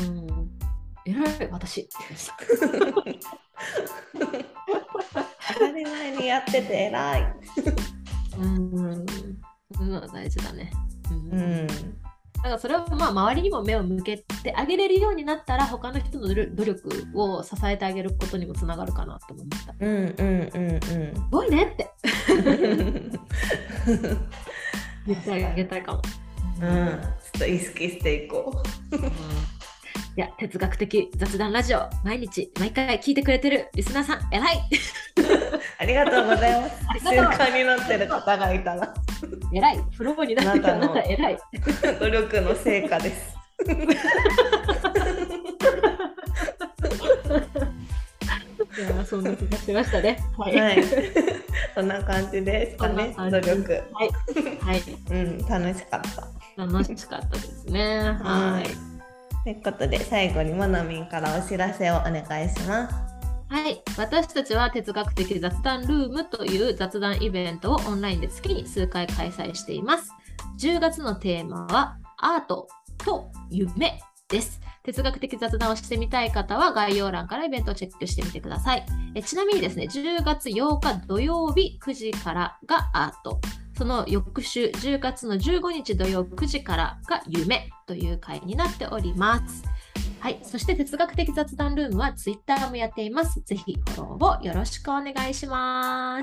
偉い私。 当たり前にやってて偉い。 うん、うん、大事だね。うん。 うんだからそれをまあ周りにも目を向けてあげれるようになったら他の人の努力を支えてあげることにもつながるかなと思った。 うんうんうんうん。すごいねって言ってあげたいかも。 うん、ちょっと意識していこう。うん、いや、哲学的雑談ラジオ毎日毎回聞いてくれてるリスナーさん偉いありがとうございます。習慣になってる方がいたら偉い、フローになってるあなた偉い努力の成果ですいや、そんな気がしましたね。 はい、はい、そんな感じですかね。努力、 はい、はい、 うん、楽しかった。 楽しかったですね。はい。 ということで最後にモナミンからお知らせをお願いします。 はい、私たちは哲学的雑談ルームという雑談イベントをオンラインで月に数回開催しています。じゅうがつのテーマはアートと夢です。哲学的雑談をしてみたい方は概要欄からイベントをチェックしてみてください。えちなみにですね、じゅうがつようか土曜日くじからがアート。その翌週じゅうがつのじゅうごにち土曜くじからが夢という回になっております。はい、そして哲学的雑談ルームはツイッターもやっています。ぜひフォローをよろしくお願いします。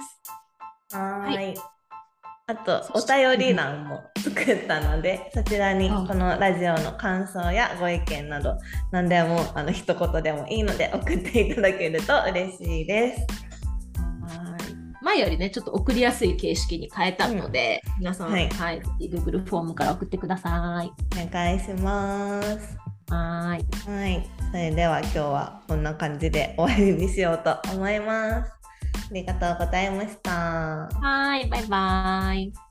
はい、はい、あとお便り欄も作ったので、そちらにこのラジオの感想やご意見など何でもあの一言でもいいので送っていただけると嬉しいです。 前よりねちょっと送りやすい形式に変えたので、うん、皆さん、はいはい、Google フォームから送ってください。 お願いします。 はい。 はい。それでは今日はこんな感じで終わりにしようと思います。ありがとうございました。 はい、バイバイ。